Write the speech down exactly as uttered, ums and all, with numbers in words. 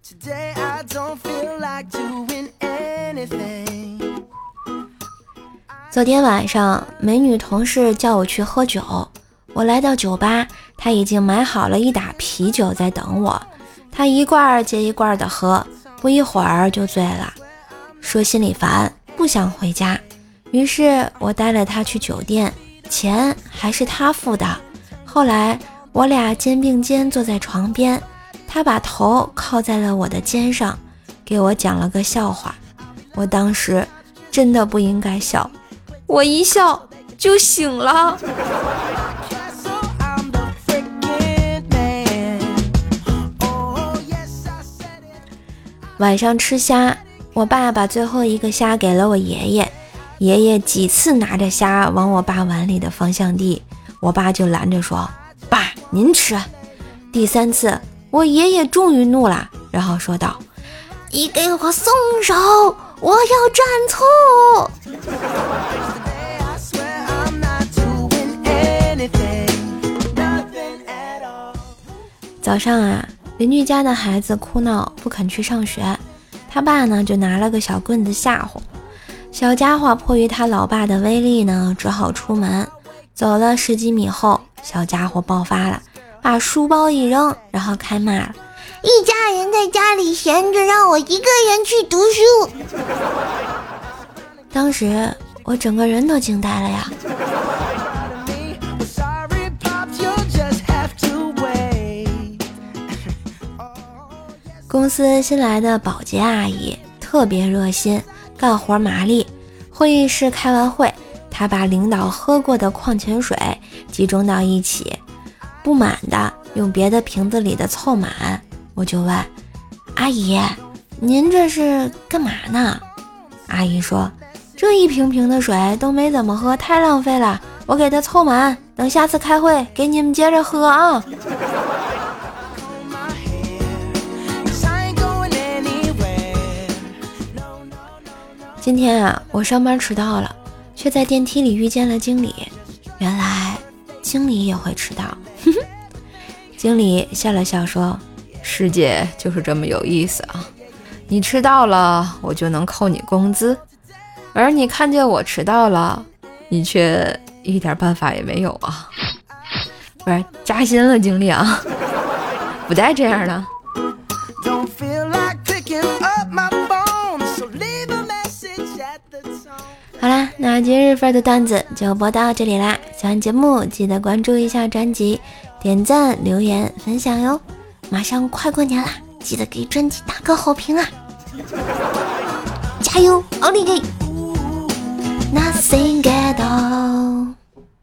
昨天晚上美女同事叫我去喝酒，我来到酒吧，她已经买好了一打啤酒在等我，她一罐接一罐的喝，不一会儿就醉了，说心里烦，不想回家，于是我带了她去酒店，钱还是她付的。后来我俩肩并肩坐在床边，她把头靠在了我的肩上，给我讲了个笑话。我当时真的不应该笑，我一笑就醒了。晚上吃虾，我爸把最后一个虾给了我爷爷，爷爷几次拿着虾往我爸碗里的方向递，我爸就拦着说，爸您吃。第三次我爷爷终于怒了，然后说道，你给我松手，我要蘸醋。早上啊，邻居家的孩子哭闹不肯去上学，他爸呢就拿了个小棍子吓唬，小家伙迫于他老爸的威力呢，只好出门。走了十几米后，小家伙爆发了，把书包一扔，然后开骂了，一家人在家里闲着，让我一个人去读书。当时我整个人都惊呆了呀。公司新来的保洁阿姨特别热心，干活麻利。会议室开完会，她把领导喝过的矿泉水集中到一起，不满的用别的瓶子里的凑满。我就问阿姨，您这是干嘛呢？阿姨说，这一瓶瓶的水都没怎么喝，太浪费了，我给它凑满，等下次开会给你们接着喝啊。今天啊，我上班迟到了，却在电梯里遇见了经理。原来经理也会迟到。经理笑了笑说，世界就是这么有意思啊，你迟到了我就能扣你工资，而你看见我迟到了，你却一点办法也没有啊。不是，扎心了经理啊，不带这样的。好啦，那今日份的段子就播到这里啦，喜欢节目记得关注一下专辑，点赞留言分享哟。马上快过年啦，记得给专辑打个好评啊，加油奥利给 Nothing